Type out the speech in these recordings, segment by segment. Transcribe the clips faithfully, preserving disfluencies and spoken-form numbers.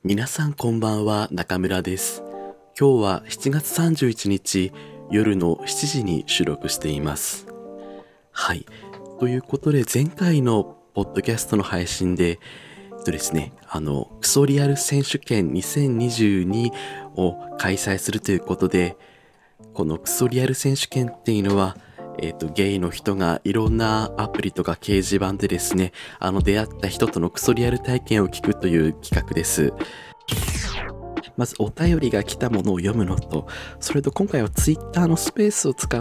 皆さんこんばんは、中村です。今日はしちがつさんじゅういちにち夜のしちじに収録しています。はい。ということで前回のポッドキャストの配信で、えっとですね、あの、クソリアル選手権にせんにじゅうにを開催するということで、このクソリアル選手権っていうのは、えっと、ゲイの人がいろんなアプリとか掲示板でですね、あの出会った人とのクソリアル体験を聞くという企画です。まずお便りが来たものを読むのと、それと今回はツイッターのスペースを使って、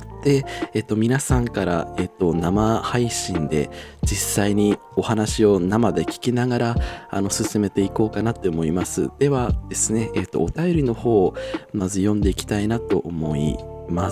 えっと、皆さんから、えっと、生配信で実際にお話を生で聞きながら、あの、進めていこうかなって思います。ではですね、えっと、お便りの方をまず読んでいきたいなと思います。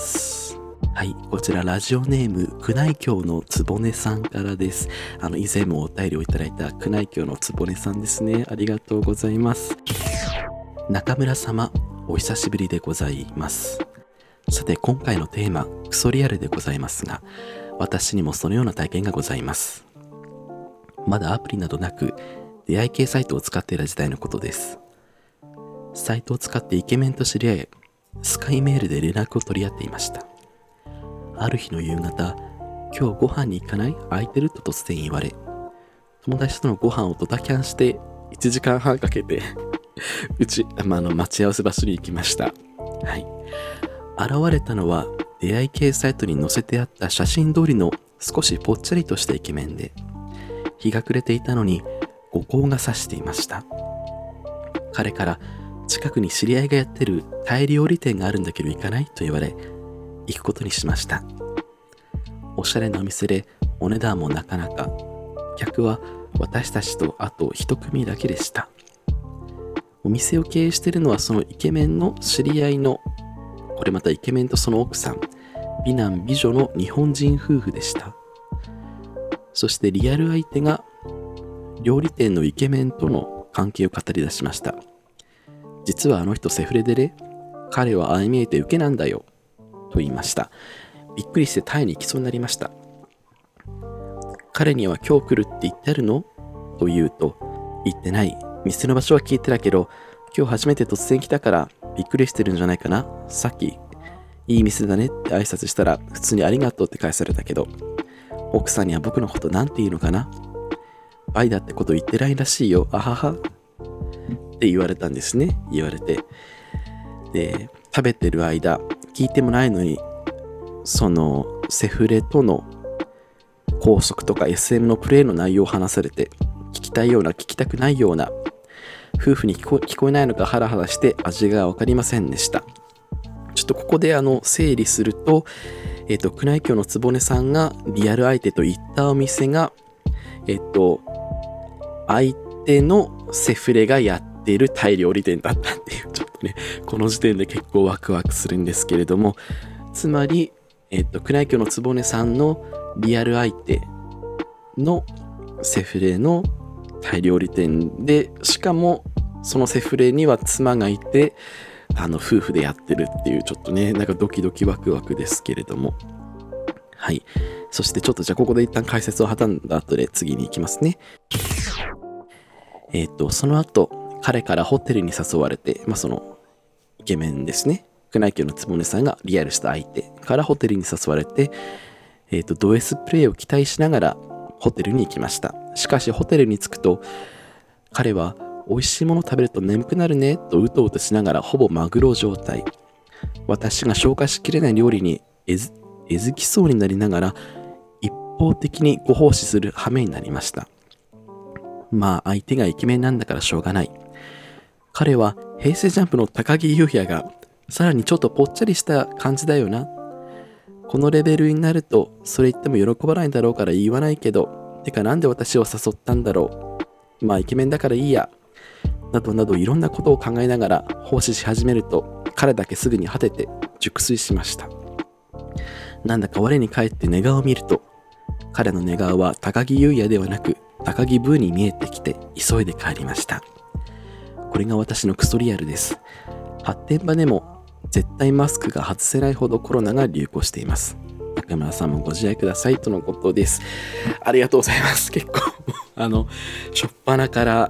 はい、こちらラジオネーム宮内郷のつぼねさんからです。あの以前もお便りをいただいた宮内郷のつぼねさんですね。ありがとうございます。中村様、お久しぶりでございます。さて今回のテーマ、クソリアルでございますが、私にもそのような体験がございます。まだアプリなどなく出会い系サイトを使っていた時代のことです。サイトを使ってイケメンと知り合い、スカイメールで連絡を取り合っていました。ある日の夕方、今日ご飯に行かない？空いてると突然言われ、友達とのご飯をドタキャンしていちじかんはんかけてうち、まあ、あの待ち合わせ場所に行きました。はい。現れたのは出会い系サイトに載せてあった写真通りの少しぽっちゃりとしたイケメンで、日が暮れていたのに後光が差していました。彼から近くに知り合いがやってるタイ料理店があるんだけど行かない？と言われ、行くことにしました。おしゃれなお店でお値段もなかなか、客は私たちとあと一組だけでした。お店を経営しているのはそのイケメンの知り合いの、これまたイケメンとその奥さん、美男美女の日本人夫婦でした。そしてリアル相手が料理店のイケメンとの関係を語り出しました。実はあの人セフレでね、彼はああ見えて受けなんだよと言いました。びっくりしてタイに行きそうになりました。彼には今日来るって言ってあるの？と言うと、言ってない。店の場所は聞いてたけど、今日初めて突然来たからびっくりしてるんじゃないかな。さっき、いい店だねって挨拶したら普通にありがとうって返されたけど、奥さんには僕のことなんて言うのかな。バイだってこと言ってないらしいよ。あはは。って言われたんですね。言われて。で、食べてる間、聞いてもないのに、そのセフレとの拘束とか エスエム のプレイの内容を話されて、聞きたいような聞きたくないような、夫婦に聞こ、聞こえないのかハラハラして味が分かりませんでした。ちょっとここであの整理すると、えっと宮内郷のつぼねさんがリアル相手と言ったお店が、えっと相手のセフレがやっているタイ料理店だったっていう、ちょっとねこの時点で結構ワクワクするんですけれども、つまりえっと宮内郷のつぼねさんのリアル相手のセフレのタイ料理店で、しかもそのセフレには妻がいて、あの夫婦でやってるっていう、ちょっとねなんかドキドキワクワクですけれども、はい。そしてちょっとじゃあここで一旦解説を挟んだ後で次に行きますね。えっとその後彼からホテルに誘われて、まあそのイケメンですね、宮内郷のつぼねさんがリアルした相手からホテルに誘われて、えっとド S プレイを期待しながらホテルに行きました。しかしホテルに着くと、彼は美味しいもの食べると眠くなるねとうとうとしながらほぼマグロ状態。私が消化しきれない料理にえず、えずきそうになりながら一方的にご奉仕する羽目になりました。まあ相手がイケメンなんだからしょうがない。彼は平成ジャンプの高木優也がさらにちょっとぽっちゃりした感じだよな。このレベルになるとそれ言っても喜ばないだろうから言わないけど、てかなんで私を誘ったんだろう。まあイケメンだからいいや。などなどいろんなことを考えながら奉仕し始めると、彼だけすぐに果てて熟睡しました。なんだか我に返って寝顔を見ると、彼の寝顔は高木優也ではなく高木ブーに見えてきて急いで帰りました。これが私のクソリアルです。発展場でも絶対マスクが外せないほどコロナが流行しています。中村さんもご自愛くださいとのことです。ありがとうございます。結構あの初っ端から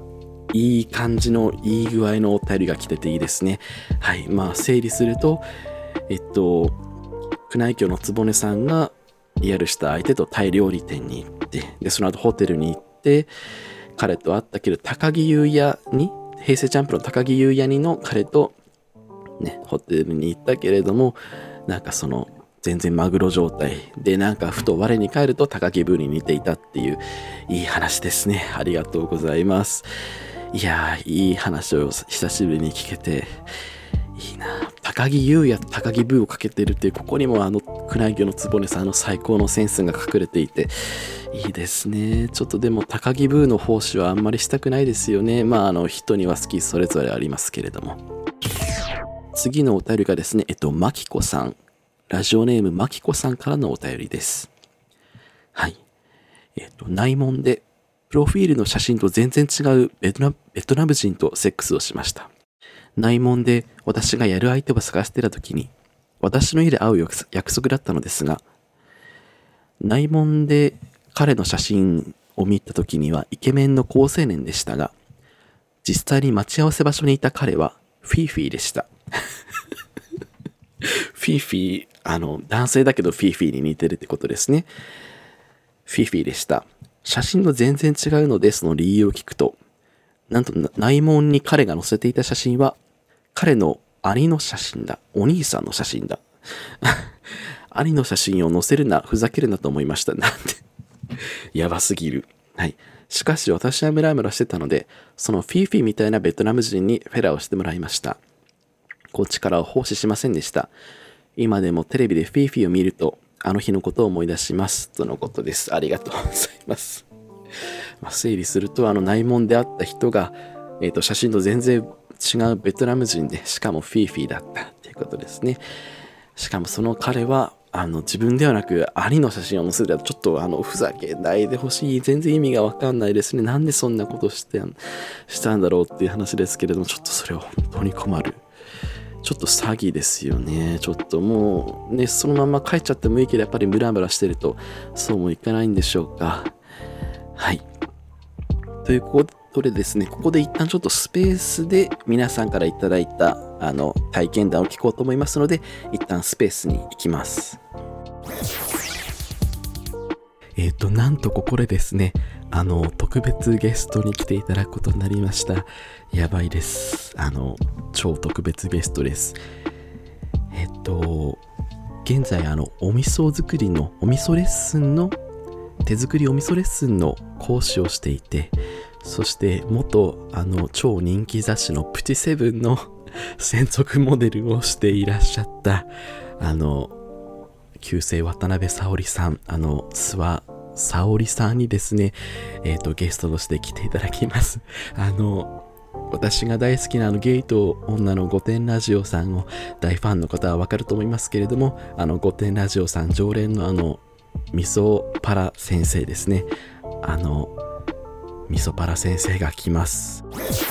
いい感じのいい具合のお便りが来てていいですね。はい。まあ整理すると、えっと、宮内庁の局さんがリアルした相手とタイ料理店に行って、で、その後ホテルに行って、彼と会ったけど、高木優也に、平成ジャンプの高木優也にの彼と、ね、ホテルに行ったけれども、なんかその、全然マグロ状態で、なんかふと我に返ると高木ブーに似ていたっていう、いい話ですね。ありがとうございます。いやー、いい話を久しぶりに聞けて、いいな。高木優也と高木ブーをかけてるっていう、ここにもあの宮内庁の局さんの最高のセンスが隠れていていいですね。ちょっとでも高木ブーの奉仕はあんまりしたくないですよね。まああの人には好きそれぞれありますけれども。次のお便りがですね、えっとマキコさん、ラジオネームマキコさんからのお便りです。はい。えっと内門でプロフィールの写真と全然違うベトナ、ベトナム人とセックスをしました。内門で私がやる相手を探していた時に、私の家で会う約束だったのですが、内門で彼の写真を見た時にはイケメンの好青年でしたが、実際に待ち合わせ場所にいた彼はフィーフィーでした。フィーフィー、あの、男性だけどフィーフィーに似てるってことですね。フィーフィーでした。写真と全然違うので、その理由を聞くと、なんと内門に彼が載せていた写真は、彼の兄の写真だ。お兄さんの写真だ。兄の写真を載せるな、ふざけるなと思いました。なんて。やばすぎる。はい。しかし私はムラムラしてたので、そのフィーフィーみたいなベトナム人にフェラをしてもらいました。こっちからは奉仕しませんでした。今でもテレビでフィーフィーを見ると、あの日のことを思い出します。とのことです。ありがとうございます。まあ、整理すると、あの内門であった人が、えっと、写真と全然違うベトナム人で、しかもフィーフィーだったっていうことですね。しかもその彼は、あの自分ではなく兄の写真を載せるとちょっとあのふざけないでほしい。全然意味がわかんないですね。なんでそんなことしてしたんだろうっていう話ですけれども、ちょっとそれは本当に困る。ちょっと詐欺ですよね。ちょっともうね、そのまま帰っちゃってもいいけど、やっぱりムラムラしてるとそうもいかないんでしょうか。はい。ということでですね、ここで一旦ちょっとスペースで皆さんからいただいたあの体験談を聞こうと思いますので、一旦スペースに行きます。えっと、なんとここでですね、あの、特別ゲストに来ていただくことになりました。やばいです。あの、超特別ゲストです。えっと、現在、あの、お味噌作りの、お味噌レッスンの、手作りお味噌レッスンの講師をしていて、そして元、あの、超人気雑誌のプチセブンの専属モデルをしていらっしゃった、あの、旧姓渡辺沙織さん、あの、諏訪沙織さんにですね、えっと、ゲストとして来ていただきます。あの、私が大好きなあのゲイと女の御殿ラジオさんを大ファンの方はわかると思いますけれども、あの御殿ラジオさん常連のあの味噌パラ先生ですね。あの味噌パラ先生が来ます。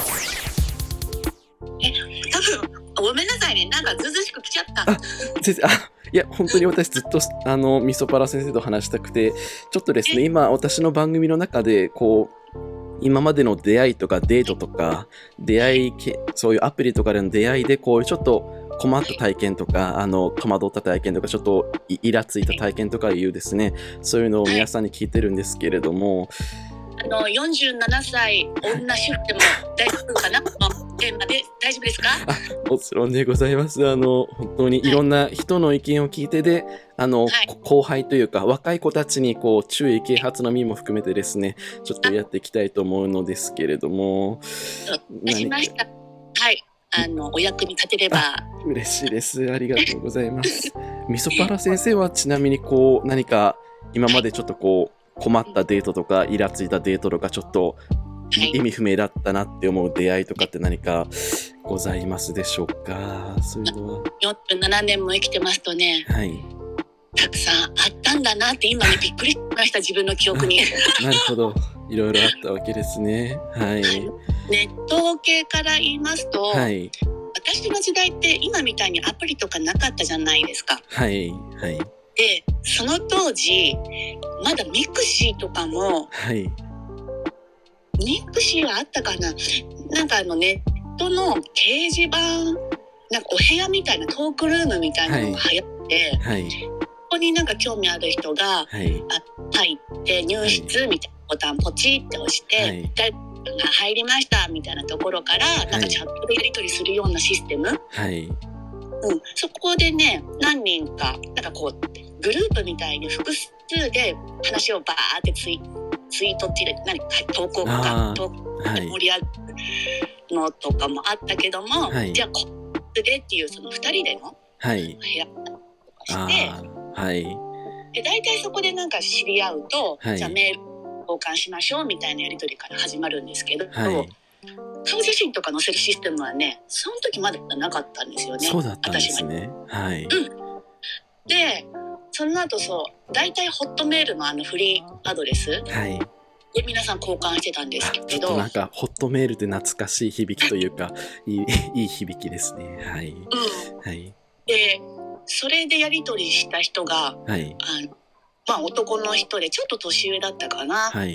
え、多分ごめんなさいね、なんかずうずうしく来ちゃった。 あ、先生、あ、いや本当に私ずっとあの味噌パラ先生と話したくて、ちょっとですね、今私の番組の中でこう今までの出会いとかデートとか出会い系、そういうアプリとかでの出会いでこういうちょっと困った体験とか、あの戸惑った体験とか、ちょっとイラついた体験とかいうですね、そういうのを皆さんに聞いてるんですけれども、 あのよんじゅうななさい女主婦でも大丈夫かなこのテーマで大丈夫ですか？ あ、もちろんでございます。あの本当にいろんな人の意見を聞いてで、あの、はい、後輩というか若い子たちにこう注意啓発の意味も含めてですね、ちょっとやっていきたいと思うのですけれども。 出しました。はい、あのお役に立てれば嬉しいです。ありがとうございます。みそパラ先生はちなみにこう何か今までちょっとこう困ったデートとかイラついたデートとか、ちょっと意味不明だったなって思う出会いとかって何かございますでしょうか？そういうのはよんじゅうななねんも生きてますとね、 はい、 たくさんあったんだなって今ねびっくりしました、自分の記憶に。 なるほど、いろいろあったわけですね。はい。 ネット系から言いますと、はい、私の時代って今みたいにアプリとかなかったじゃないですか。 はいはい。 で、その当時まだミクシーとかも、 はい、 ミクシーはあったかな。なんかあのネットの掲示板、なんかお部屋みたいなトークルームみたいなのが流行って、はい、ここになんか興味ある人が、はい、あ入って入室みたいなボタンポチって押して、はい、誰が入りましたみたいなところから、はい、なんかチャットでやり取りするようなシステム、はいうん、そこでね何人かなんかこうグループみたいに複数で話をバーってツイツイートっていう何か投稿が投稿で盛り上がるのとかもあったけども、はい、じゃあこっでっていうそのふたりでの部屋とかして、はい、で大体そこでなんか知り合うと、はい、じゃあメール交換しましょうみたいなやり取りから始まるんですけど、はい、顔写真とか載せるシステムはねその時まだなかったんですよね。 そうだったんですね。はい、うん、 でその後そう大体ホットメールのあのフリーアドレス、はいで皆さん交換してたんですけど、 ちょっとなんかホットメールで懐かしい響きというかいい, いい響きですね。はい、うんはい、でそれでやり取りした人が、はい、あのまあ男の人でちょっと年上だったかな、はい、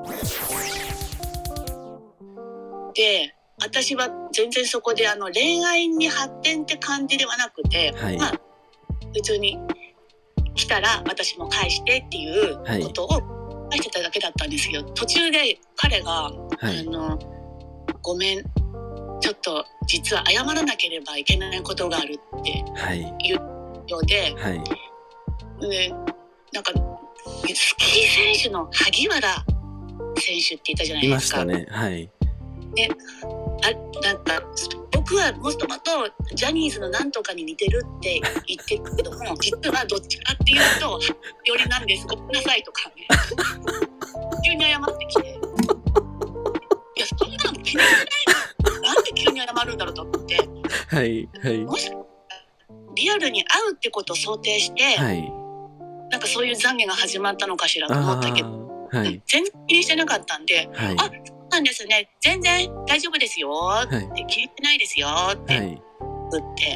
で私は全然そこであの恋愛に発展って感じではなくて、はいまあ、普通に来たら私も返してっていうことを返してただけだったんですけど、途中で彼が、はい、あのごめんちょっと実は謝らなければいけないことがあるっていうようで、はい、でなんかスキー選手の萩原選手って言ったじゃないですか。 いましたね。はい。 で、あなんか僕はもともとジャニーズのなんとかに似てるって言ってるけども実はどっちかっていうとよりなんですごめんなさいとかね急に謝ってきていやそんなの気にしないのなんで急に謝るんだろうと思ってはいはいもしリアルに会うってことを想定して、はい、なんかそういう懺悔が始まったのかしらと思ったけど、はい、全然気にしてなかったんで、はい、あなんですね全然大丈夫ですよって、はい、聞いてないですよって言って、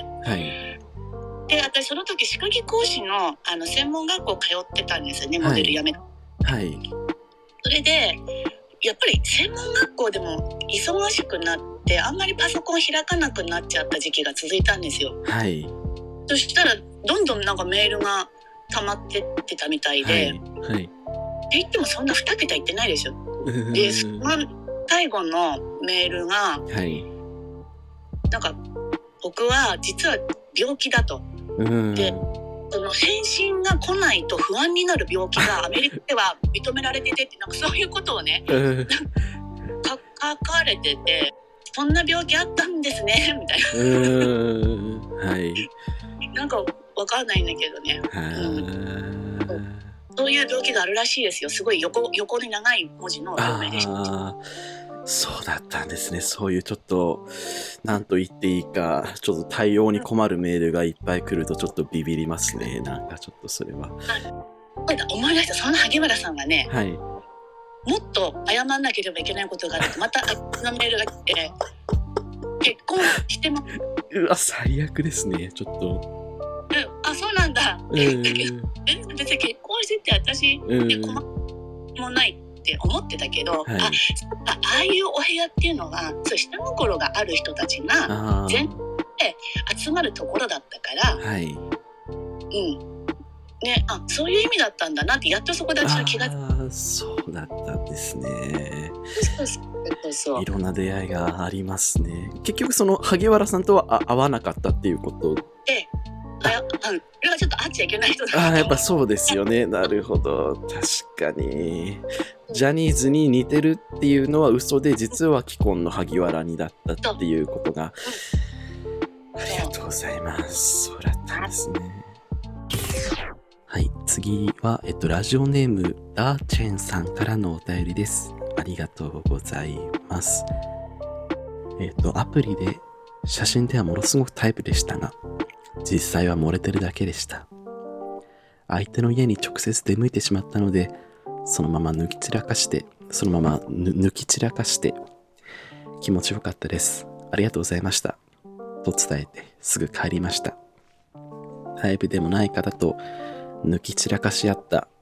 はい、で私その時歯科技講師 の, あの専門学校通ってたんですよね、モデル辞めた、はい、それでやっぱり専門学校でも忙しくなってあんまりパソコン開かなくなっちゃった時期が続いたんですよ、はい、そしたらどんどんなんかメールが溜まってってたみたいで、はいはい、って言ってもそんなに桁いってないでしょでその最後のメールが、はい、なんか僕は実は病気だと、でその返信が来ないと不安になる病気がアメリカでは認められててってなんかそういうことをね書かれててそんな病気あったんですねみたいなはい、なんかわかんないんだけどね、うん、そういう病気があるらしいですよ。すごい 横, 横に長い文字の病名でした。 そうだったんですね。そういうちょっと何と言っていいかちょっと対応に困るメールがいっぱい来るとちょっとビビりますね。なんかちょっとそれは思い出した。その萩原さんがね、はい、もっと謝んなければいけないことがあってまたあのメールが来て結婚してもうわ最悪ですね。ちょっとうん、あそうなんだ、うん、だけど別に結婚してて私で困りもないって思ってたけど、はい、あ, ああいうお部屋っていうのはそう下心がある人たちが全員で集まるところだったから、はいうんね、あそういう意味だったんだなってやっとそこで私は気があそうだったんですね。そうそうそういろんな出会いがありますね。結局その萩原さんとは会わなかったっていうことであうん、これはちょっと会っちゃいけない人だああやっぱそうですよね。なるほど確かにジャニーズに似てるっていうのは嘘で実は既婚の萩原にだったっていうことが、うん、ありがとうございます。そうだったんですね。はい次は、えっと、ラジオネームダーチェンさんからのお便りです。ありがとうございます。えっとアプリで写真ではものすごくタイプでしたが実際は漏れてるだけでした。相手の家に直接出向いてしまったのでそのまま抜き散らかしてそのまま抜き散らかして気持ちよかったです。ありがとうございましたと伝えてすぐ帰りました。タイプでもない方と抜き散らかし合った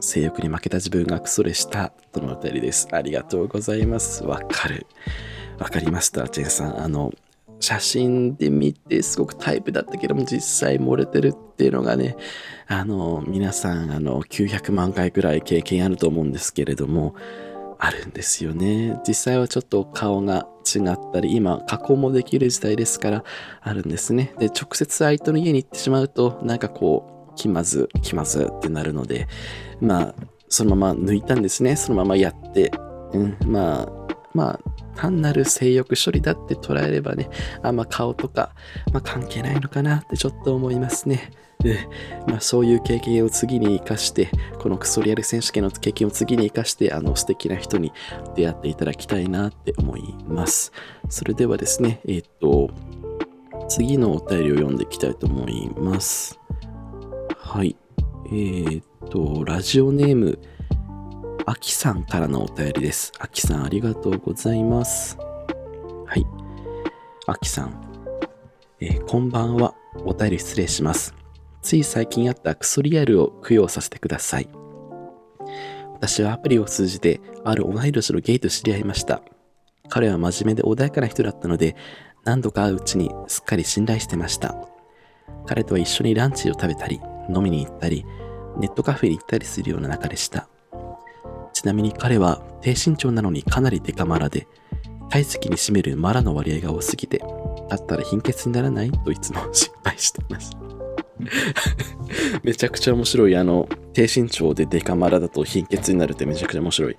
性欲に負けた自分がクソでしたとのお便りです。ありがとうございます。わかる。わかりました、チェンさん。あの、写真で見てすごくタイプだったけども実際漏れてるっていうのがね、あの、皆さん、あの、きゅうひゃくまんかいくらい経験あると思うんですけれども、あるんですよね。実際はちょっと顔が違ったり、今加工もできる時代ですからあるんですね。で、直接相手の家に行ってしまうと、なんかこう、気まず、気まずってなるので、まあ、そのまま抜いたんですね。そのままやって、うん、まあ、まあ、単なる性欲処理だって捉えればね、あんま顔とか、まあ、関係ないのかなってちょっと思いますね。で、まあ、そういう経験を次に生かして、このクソリアル選手権の経験を次に生かして、あの素敵な人に出会っていただきたいなって思います。それではですね、えっと、次のお便りを読んでいきたいと思います。はい。えー、っと、ラジオネーム、あきさんからのお便りです。あきさん、ありがとうございます。はい。あきさん、えー、こんばんは。お便り失礼します。つい最近あったクソリアルを供養させてください。私はアプリを通じてある同い年のゲイと知り合いました。彼は真面目で穏やかな人だったので、何度か会ううちにすっかり信頼してました。彼とは一緒にランチを食べたり、飲みに行ったり、ネットカフェに行ったりするような仲でした。ちなみに彼は低身長なのにかなりデカマラで、体積に占めるマラの割合が多すぎて、だったら貧血にならないといつも心配しています。めちゃくちゃ面白い。あの、低身長でデカマラだと貧血になるってめちゃくちゃ面白い。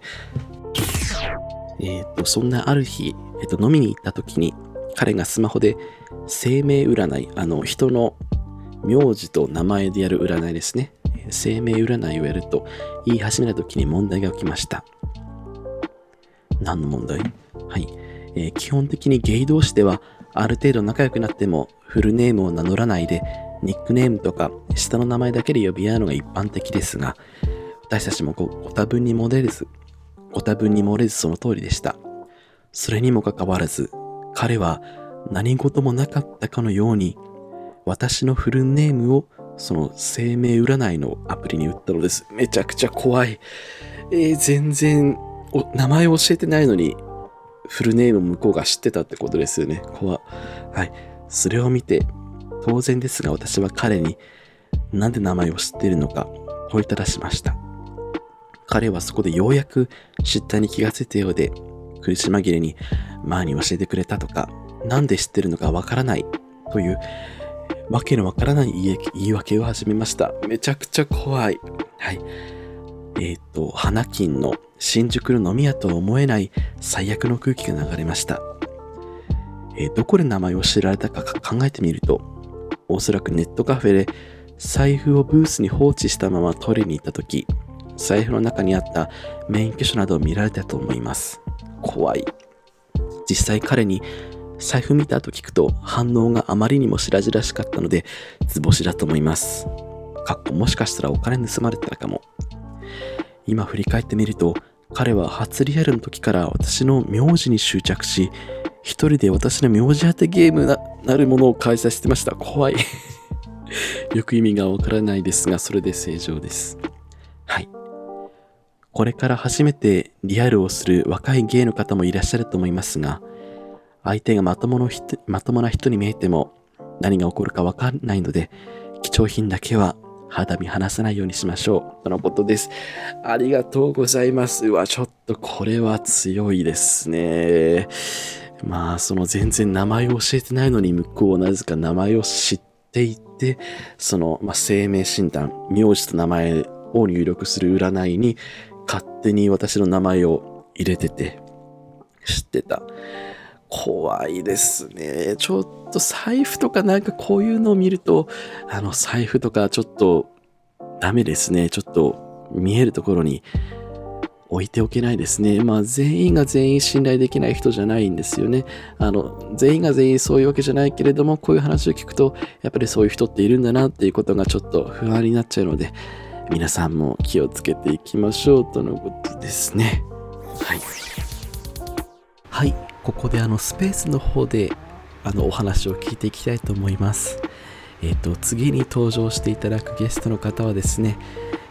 えっと、そんなある日、えっと、飲みに行った時に、彼がスマホで生命占い、あの、人の名字と名前でやる占いですね。生命占いをやると言い始めた時に問題が起きました。何の問題？はい、えー。基本的にゲイ同士ではある程度仲良くなってもフルネームを名乗らないでニックネームとか下の名前だけで呼び合うのが一般的ですが、私たちもご多分に漏れず、ご多分に漏れずその通りでした。それにもかかわらず、彼は何事もなかったかのように私のフルネームをその生命占いのアプリに打ったのです。めちゃくちゃ怖い。えー、全然お名前を教えてないのにフルネーム向こうが知ってたってことですよね。怖い。はい。それを見て当然ですが私は彼になんで名前を知っているのか問いただしました。彼はそこでようやく失態に気がついたようで苦し紛れに前に教えてくれたとかなんで知ってるのかわからないというわけのわからない言い、言い訳を始めました。めちゃくちゃ怖い。はい。えっと、花金の新宿の飲み屋とは思えない最悪の空気が流れました。えー、どこで名前を知られたか考えてみると、おそらくネットカフェで財布をブースに放置したまま取りに行ったとき、財布の中にあった免許証などを見られたと思います。怖い。実際彼に財布見たと聞くと反応があまりにも白々しかったので図星だと思います。かっこもしかしたらお金盗まれてたかも。今振り返ってみると彼は初リアルの時から私の名字に執着し一人で私の名字当てゲーム な, なるものを開催してました。怖い。よく意味がわからないですがそれで正常です。はい。これから初めてリアルをする若いゲイの方もいらっしゃると思いますが相手がまともの人まともな人に見えても何が起こるかわかんないので貴重品だけは肌身離さないようにしましょうとのことです。ありがとうございます。うわちょっとこれは強いですね。まあその全然名前を教えてないのに向こうはなぜか名前を知っていてその、まあ、生命診断名字と名前を入力する占いに勝手に私の名前を入れてて知ってた。怖いですね。ちょっと財布とかなんかこういうのを見るとあの財布とかちょっとダメですね。ちょっと見えるところに置いておけないですね。まあ全員が全員信頼できない人じゃないんですよね。あの全員が全員そういうわけじゃないけれどもこういう話を聞くとやっぱりそういう人っているんだなっていうことがちょっと不安になっちゃうので皆さんも気をつけていきましょうとのことですね。はい。はい。ここであのスペースの方であのお話を聞いていきたいと思います。えっと次に登場していただくゲストの方はですね、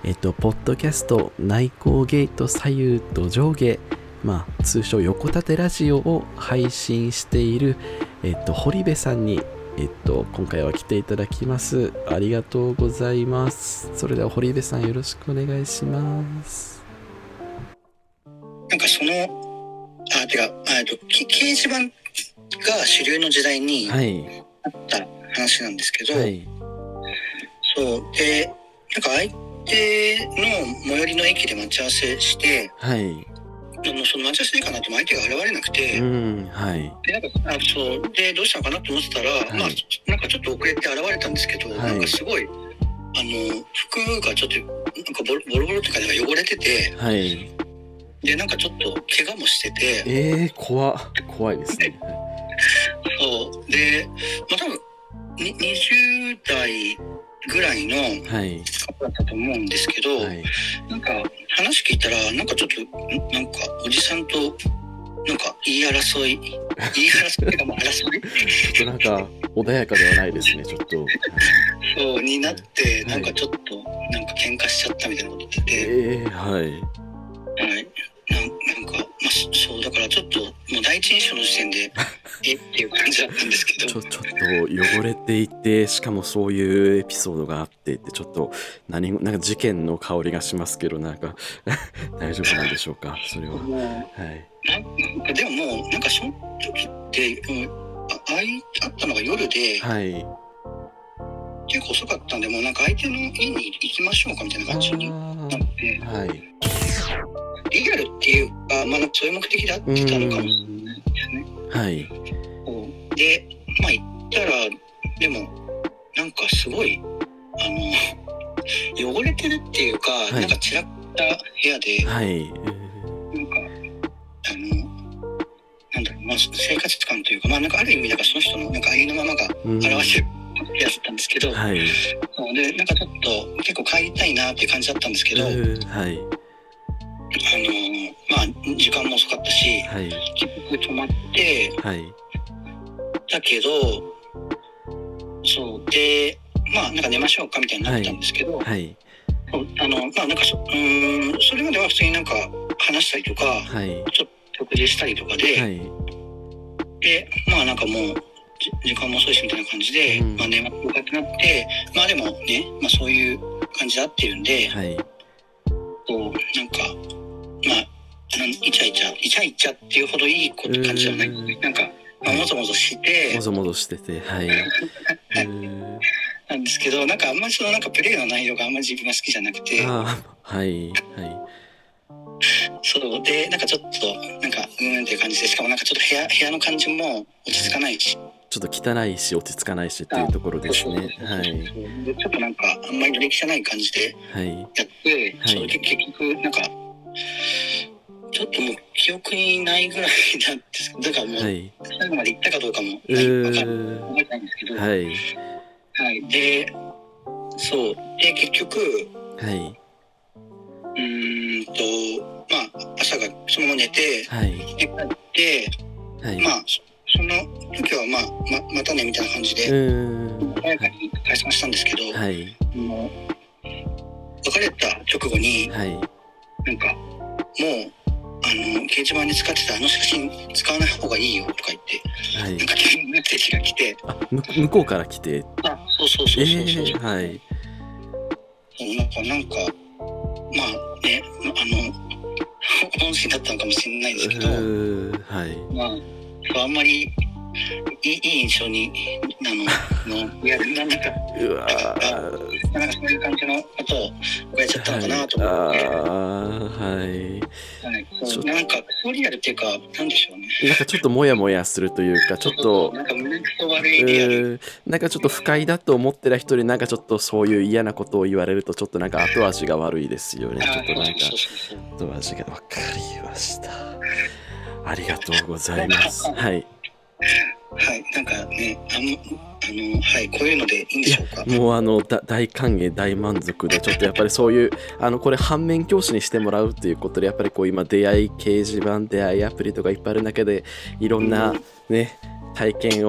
えっと、ポッドキャスト内向ゲート左右と上下、まあ、通称横立てラジオを配信している、えっと、堀部さんに、えっと、今回は来ていただきます。ありがとうございます。それでは堀部さんよろしくお願いします。 なんかその、あ、てか、えっと、掲示板が主流の時代にあった話なんですけど、はい、そう、で、なんか相手の最寄りの駅で待ち合わせして、はい。その待ち合わせでかなっても相手が現れなくて、うん、はい。で、なんか、あ、そう、で、どうしたのかなと思ってたら、はい、まあ、なんかちょっと遅れて現れたんですけど、はい、なんかすごい、あの、服がちょっと、なんかボロボロボロとかで汚れてて、はい。で、なんかちょっと怪我もしてて、 えー、怖、怖いですね。 そう。で、まあ多分、ににじゅう代ぐらいの方だったと思うんですけど、はい、なんか話聞いたら、なんかちょっと、なんかおじさんと、なんか言い争い、言い争いっていうかもう争いちょっとなんか穏やかではないですね、ちょっと。 そう、になって、なんかちょっと、なんか喧嘩しちゃったみたいなこと言ってて。 えー、はい。 はい。な, なんか、まあ、そうだからちょっともう第一印象の時点でえっていう感じだったんですけどちょちょっと汚れていて、しかもそういうエピソードがあってってちょっと何なんか事件の香りがしますけど、なんか大丈夫なんでしょうか、それは。はい。 なんかでももうなんかその時ってああいあったのが夜で、はい、結構遅かったんで、もうなんか相手の家に行きましょうかみたいな感じになって、はい。リアルっていうか、まあ、そういう目的であってたのかもしれないですね。はい。で、まあ行ったら、でも、なんかすごい、あの、汚れてるっていうか、はい、なんか散らった部屋で、はい。なんか、あの、なんだろう、まあ生活感というか、まあなんかある意味、なんかその人のなんかありのままが表してる部屋だったんですけど、はい。で、なんかちょっと結構帰りたいなっていう感じだったんですけど、はい。あのー、まあ時間も遅かったし、はい、結局泊まって、はい、だけどそうで、まあなんか寝ましょうかみたいになったんですけど、はいはい、あのまあなんか そ, うんそれまでは普通になんか話したりとか、はい、ちょっと食事したりとかで、はい、でまあなんかもう時間も遅いしみたいな感じで、うん、まあ寝ましょうかってなって、まあでもね、まあそういう感じで合ってるんで、はい、こうなんかまあ、イチャイチャ、イチャイチャっていうほどいい感じじゃない。なんか、まあ、もぞもぞして、 もぞもぞしてて、はい。 なんですけど、なんかあんまりそのなんかプレイの内容があんまり自分が好きじゃなくて、 あはい、はい。 そうで、なんかちょっと、なんか、うーんっていう感じで、しかもなんかちょっと部屋、部屋の感じも落ち着かないし。 ちょっと汚いし、落ち着かないしっていうところですね。はい。 で、ちょっとなんか、あんまり履歴じゃない感じでやって、はい、それで結局、なんか、ちょっともう記憶にないぐらいなんですけど、だからもう最後まで行ったかどうかもない、分かんないんですけど、はい、はい、で、そうで結局、はい、うーんとまあ朝がそのまま寝て、はい、で帰って、はい、まあその時はまあ ま, またねみたいな感じで早くに解散したんですけど、はい、もう別れた直後に、はい、なんかもうあの掲示板に使ってたあの写真使わない方がいいよとか言って、はい、なんかメッセージが来て、 あ向こうから来て、 あそうそうそうそうそう、えー、はい、 なんかなんかまあねあの本心だったのかもしれないですけど、はい、まああんまりいい印象になののいやなんかうわなんかそういう感じのことをやっちゃったのかなと思って、はい、あはい、はい、そうなんかそうリアルっていうかなんでしょうね、 なんかちょっとモヤモヤするというか、ちょっとなんか胸くそ悪いリアル、 なんかちょっと不快だと思ってた人になんかちょっとそういう嫌なことを言われるとちょっとなんか後味が悪いですよね。ちょっとなんか後味が分かりました。ありがとうございます。はいはい、なんかね、あの、あの、はい、こういうのでいいんでしょうか。 もうあのだ大歓迎大満足で、ちょっとやっぱりそういうあのこれ反面教師にしてもらうっていうことで、やっぱりこう今出会い掲示板、出会いアプリとかいっぱいある中でいろんなね、体験を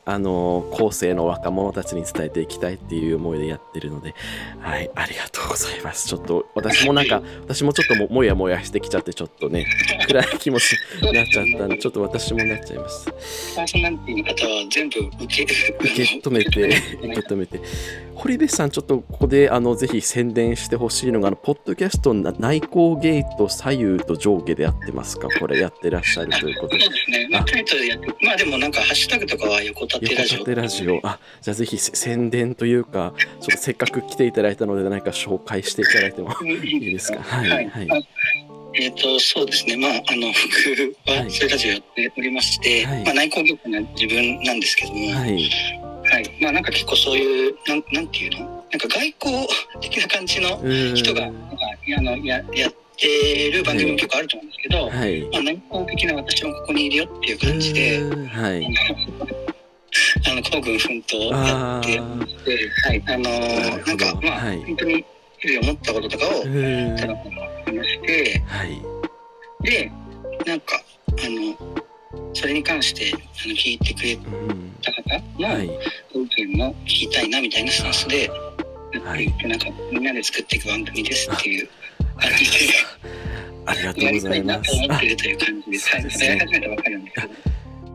あの後世の若者たちに伝えていきたいっていう思いでやってるので、はい、ありがとうございます。ちょっと私もなんか私もちょっと も, もやもやしてきちゃって、ちょっとね暗い気持ちになっちゃったんで、ちょっと私もなっちゃいました。 パーソナリティの方は全部受け受け止めて受け止めて堀部さん、ちょっとここであのぜひ宣伝してほしいのが、あのポッドキャスト内向ゲート左右と上下でやってますか？これやってらっしゃるということで。 そうですね、まあ、タイトルでやってまあでもなんかハッシュタグとかは横立てラジオ横立てラジオ、あ、じゃあぜひ宣伝というか、ちょっとせっかく来ていただいたので何か紹介していただいてもいいですか？はい、はいはい、 えーと、そうですね、まあ、あの僕はそういうラジオやっておりまして、はい、まあ、内向業界の自分なんですけども、はいはい、まあ、なんか結構そういうなん、なんていうの、なんか外交的な感じの人がなんかあの や, やってる番組も結構あると思うんですけど、はい、まあ、内向的な私もここにいるよっていう感じで、はい、あの孤軍奮闘やってまして、はい、あのー、なんかまあ、はい、本当に日々思ったこととかをただ話して、はい、でなんかあのそれに関してあの聞いてくれた方のご意見も聞きたいなみたいなスタンスでやっていて、なんかみんなで作っていく番組ですっていう感じでありがとうございます。 やりたいなと思っているという感じです。はい、それやり始めたばかりなんですけど。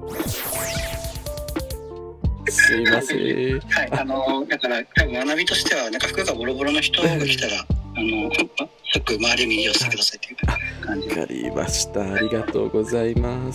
すいません。 はい、あのだから多分学びとしてはなんか服がボロボロの人が来たら、あの即回り右をしてくださいという感じ。 わかりました。ありがとうございます。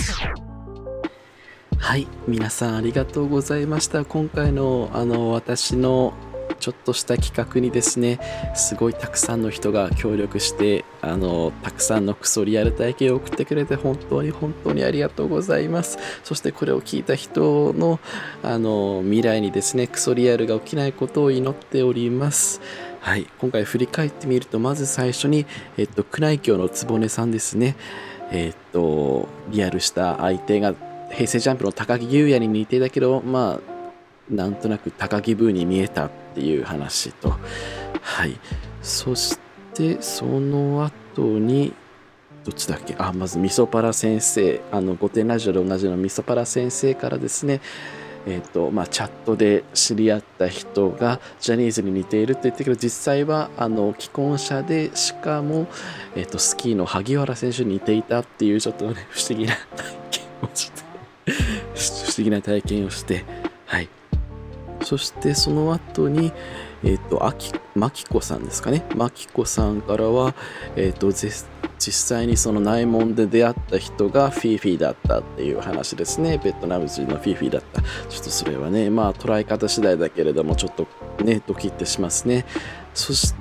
はい、皆さんありがとうございました。今回のあの私のちょっとした企画にですね、すごいたくさんの人が協力してあのたくさんのクソリアル体験を送ってくれて本当に本当にありがとうございます。そしてこれを聞いた人のあの未来にですね、クソリアルが起きないことを祈っております。はい、今回振り返ってみると、まず最初に、えっと、宮内庁の局さんですね。えっとリアルした相手が平成ジャンプの高木優也に似ていたけど、まあなんとなく高木ブーに見えたっていう話と、はい、そしてその後にどっちだっけ、あ、まずみそパラ先生、あの御殿ラジオで同じのみそパラ先生からですね、えーとまあ、チャットで知り合った人がジャニーズに似ているって言ってるけど、実際はあの既婚者で、しかも、えーとスキーの萩原選手に似ていたっていうちょっとね不思議な体験をして不思議な体験をして、はい。そしてその後に、えっと、あき、まきこさんですかね。まきこさんからは、えっと、実際にその内門で出会った人がフィーフィーだったっていう話ですね。ベトナム人のフィーフィーだった。ちょっとそれはね、まあ捉え方次第だけれども、ちょっとね、ドキッてしますね。そして、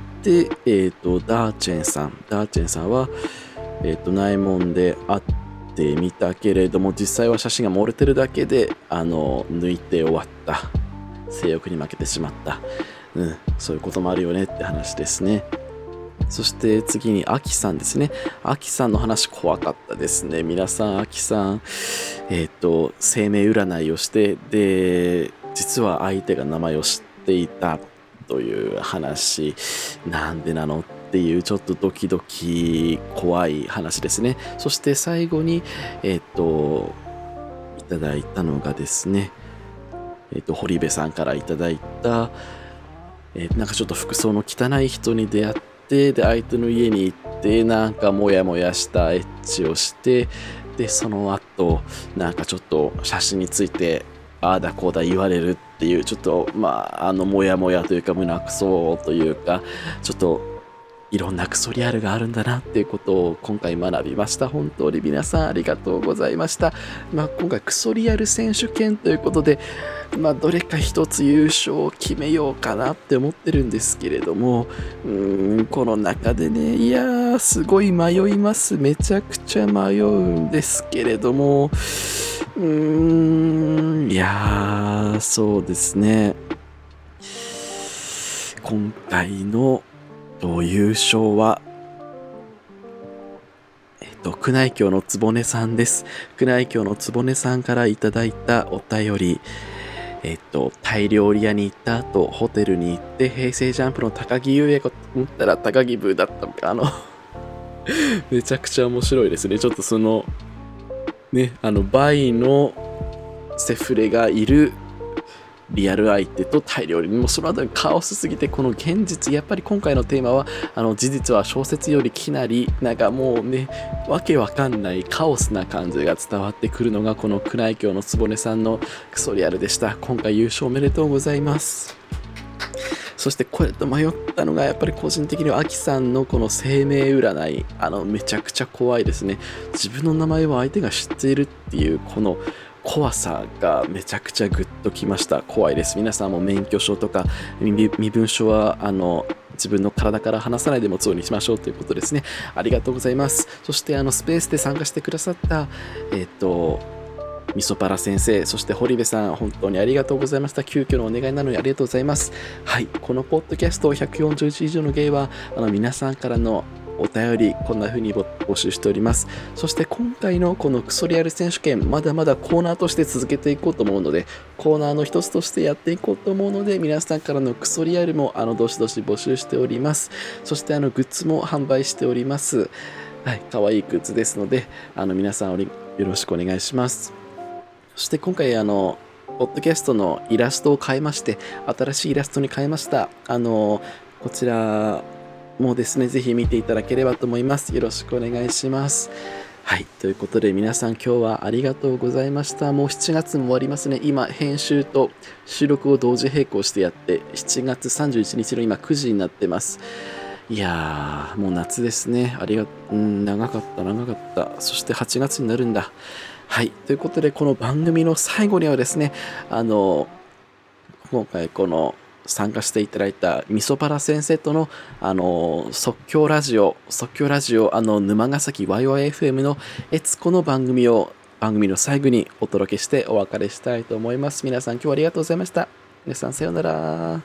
えっと、ダーチェンさん。ダーチェンさんは、えっと、内門で会ってみたけれども、実際は写真が漏れてるだけで、あの、抜いて終わった。性欲に負けてしまった、うん、そういうこともあるよねって話ですね。そして次にアキさんですね。アキさんの話怖かったですね。皆さん、アキさん、えっと生命占いをして、で実は相手が名前を知っていたという話、なんでなのっていうちょっとドキドキ怖い話ですね。そして最後にえっといただいたのがですね、えっと、堀部さんからいただいた、えー、なんかちょっと服装の汚い人に出会って、で、相手の家に行って、なんかモヤモヤしたエッチをして、で、その後、なんかちょっと写真について、ああだこうだ言われるっていう、ちょっと、まあ、あの、モヤモヤというか、胸くそというか、ちょっと、いろんなクソリアルがあるんだなっていうことを今回学びました。本当に皆さんありがとうございました。まあ、今回クソリアル選手権ということで、まあ、どれか一つ優勝を決めようかなって思ってるんですけれども、うーん、この中でね、いやーすごい迷います。めちゃくちゃ迷うんですけれども、うーん、いやーそうですね、今回の優勝は、えっと、宮内庁の局さんです。宮内庁の局さんからいただいたお便り、えっと、タイ料理屋に行った後、ホテルに行って、平成ジャンプの高木優也かと思ったら高木ブーだったのか、あの、めちゃくちゃ面白いですね。ちょっとその、ね、あの、バイのセフレがいるリアル相手と大量にもうその後にカオスすぎて、この現実、やっぱり今回のテーマはあの事実は小説よりきなり、なんかもうねわけわかんないカオスな感じが伝わってくるのがこの宮内卿の局さんのクソリアルでした。今回優勝おめでとうございます。そしてこれと迷ったのがやっぱり個人的にはアキさんのこの生命占い、あのめちゃくちゃ怖いですね。自分の名前を相手が知っているっていうこの怖さがめちゃくちゃグッときました。怖いです。皆さんも免許証とか身分証はあの自分の体から離さないで持つようにしましょうということですね。ありがとうございます。そしてあのスペースで参加してくださったえっとみそパラ先生、そして堀部さん、本当にありがとうございました。急遽のお願いなのにありがとうございます。はい、このポッドキャストひゃくよんじゅういち以上のゲイはあの皆さんからのお便りこんな風に募集しております。そして今回のこのクソリアル選手権、まだまだコーナーとして続けていこうと思うので、コーナーの一つとしてやっていこうと思うので、皆さんからのクソリアルもあのどしどし募集しております。そしてあのグッズも販売しております。はい、可愛いグッズですので、あの皆さんよろしくお願いします。そして今回あのポッドキャストのイラストを変えまして、新しいイラストに変えました。あのこちらもですね、ぜひ見ていただければと思います。よろしくお願いします。はい、ということで皆さん今日はありがとうございました。もうしちがつも終わりますね。今編集と収録を同時並行してやって、しちがつさんじゅういちにちの今くじになってます。いやー、もう夏ですね。ありがうん、長かった長かった。そしてはちがつになるんだ。はい、ということでこの番組の最後にはですね、あの今回この参加していただいたみそパラ先生とのあの即興ラジオ即興ラジオあの沼ヶ崎 ワイワイエフエム のエツコの番組を番組の最後にお届けしてお別れしたいと思います。皆さん今日はありがとうございました。皆さんさようなら。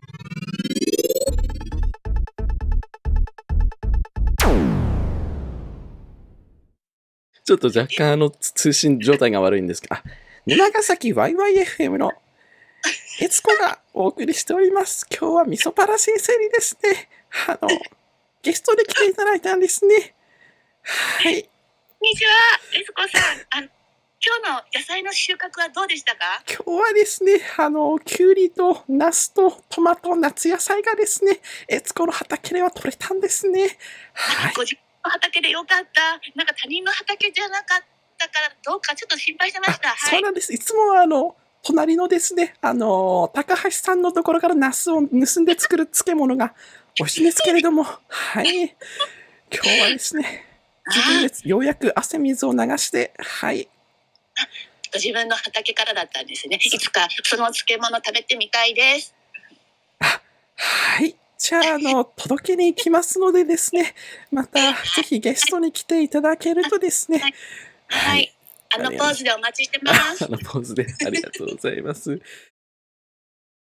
ちょっと若干あの通信状態が悪いんですけど、あ、沼ヶ崎 ワイワイエフエム のエツコがお送りしております。今日はみそパラ先生にですね、あの、ゲストで来ていただいたんですね。はい。 こんにちは、エツコさん。あの、今日の野菜の収穫はどうでしたか？ 今日はですね、あの、きゅうりとナスとトマト、夏野菜がですね、エツコの畑では取れたんですね。 はい。ご自分の畑でよかった。なんか他人の畑じゃなかったから、どうかちょっと心配してました。はい。 そうなんです。いつもはあの、隣のですね、あのー、高橋さんのところからナスを盗んで作る漬物が美味しいんですけれども、はい。今日はですね、自分でようやく汗水を流して、はい。 ご自分の畑からだったんですね。いつかその漬物食べてみたいです。 あ、はい。じゃあ、あの、届けに行きますのでですね、また、ぜひゲストに来ていただけるとですね、 はい。はいはい、あのポーズでお待ちしてます。 あのポーズでありがとうございます。